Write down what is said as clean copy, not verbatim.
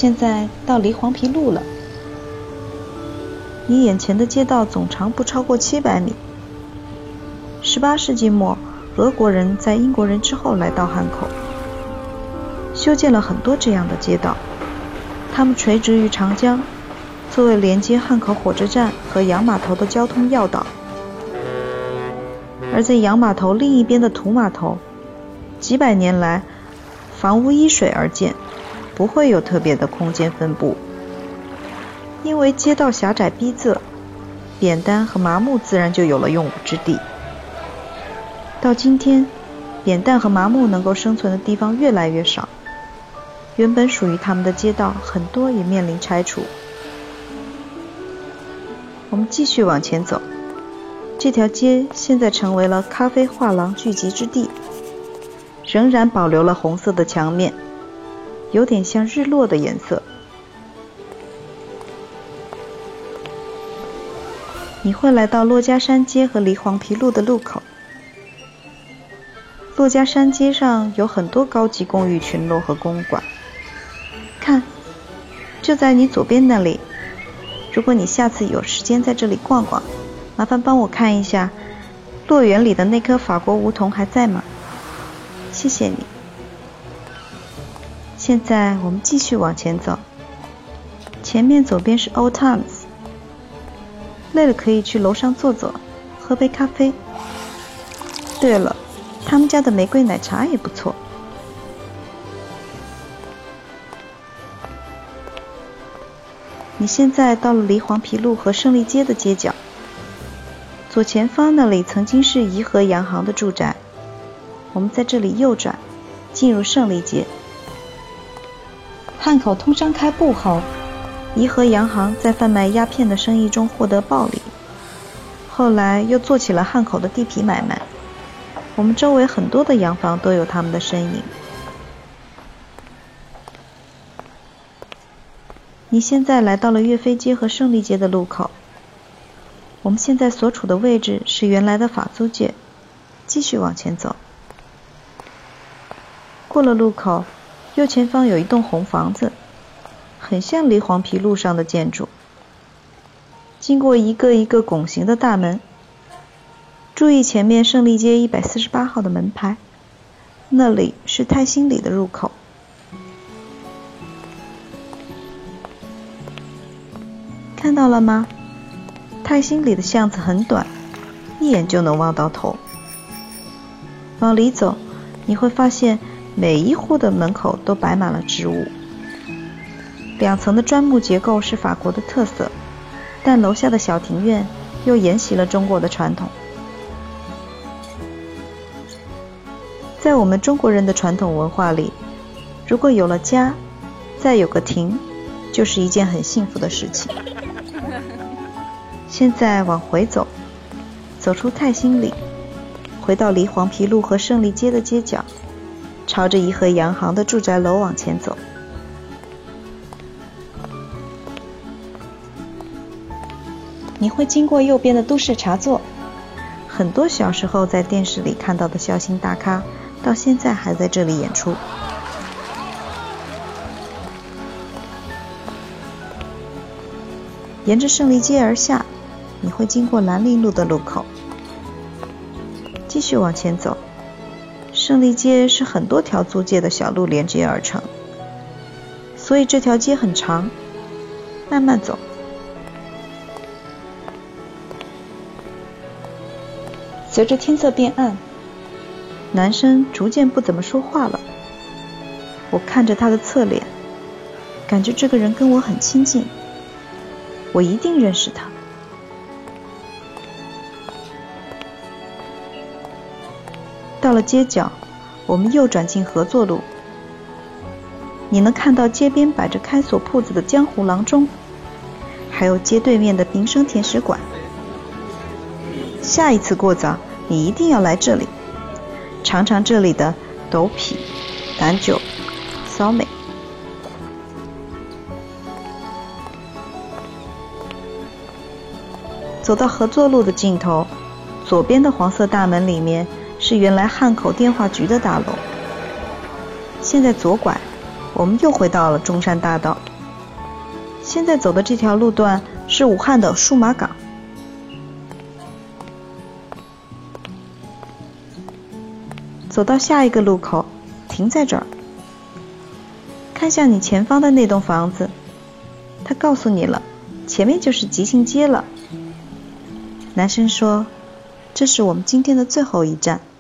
现在到离黄陂路了。你眼前的街道总长不超过700米。18世纪末，俄国人在英国人之后来到汉口，修建了很多这样的街道，它们垂直于长江，作为连接汉口火车站和洋码头的交通要道。而在洋码头另一边的土码头，几百年来房屋依水而建，不会有特别的空间分布。因为街道狭窄逼仄，扁担和麻木自然就有了用武之地。到今天，扁担和麻木能够生存的地方越来越少，原本属于他们的街道很多也面临拆除。我们继续往前走，这条街现在成为了咖啡画廊聚集之地，仍然保留了红色的墙面，有点像日落的颜色。你会来到珞珈山街和离黄陂路的路口。珞珈山街上有很多高级公寓群落和公馆，看，就在你左边那里。如果你下次有时间在这里逛逛，麻烦帮我看一下，落园里的那棵法国梧桐还在吗？谢谢你。现在我们继续往前走，前面左边是 Old Times， 累了可以去楼上坐坐，喝杯咖啡。对了，他们家的玫瑰奶茶也不错。你现在到了离黄陂路和胜利街的街角，左前方那里曾经是颐和洋行的住宅，我们在这里右转，进入胜利街。汉口通商开埠后，颐和洋行在贩卖鸦片的生意中获得暴利，后来又做起了汉口的地皮买卖，我们周围很多的洋房都有他们的身影。你现在来到了岳飞街和胜利街的路口，我们现在所处的位置是原来的法租界，继续往前走。过了路口，右前方有一栋红房子，很像离黄陂路上的建筑。经过一个一个拱形的大门，注意前面胜利街148号的门牌，那里是太兴里的入口。看到了吗？太兴里的巷子很短，一眼就能望到头。往里走，你会发现每一户的门口都摆满了植物。2层的砖木结构是法国的特色，但楼下的小庭院又沿袭了中国的传统。在我们中国人的传统文化里，如果有了家，再有个庭，就是一件很幸福的事情。现在往回走，走出太兴里，回到离黄陂路和胜利街的街角，朝着颐和洋行的住宅楼往前走。你会经过右边的都市茶座，很多小时候在电视里看到的笑星大咖，到现在还在这里演出。沿着胜利街而下，你会经过兰陵路的路口，继续往前走。胜利街是很多条租界的小路连接而成，所以这条街很长，慢慢走。随着天色变暗，男生逐渐不怎么说话了。我看着他的侧脸，感觉这个人跟我很亲近，我一定认识他。到了街角，我们右转进合作路，你能看到街边摆着开锁铺子的江湖郎中，还有街对面的民生甜食馆。下一次过早，你一定要来这里，尝尝这里的豆皮、蛋酒、烧梅。走到合作路的尽头，左边的黄色大门里面是原来汉口电话局的大楼。现在左拐，我们又回到了中山大道。 现在走的这条路段是武汉的数码港。走到下一个路口，停在这儿，看向你前方的那栋房子，他告诉你了，前面就是吉庆街了。男生说，这是我们今天的最后一站。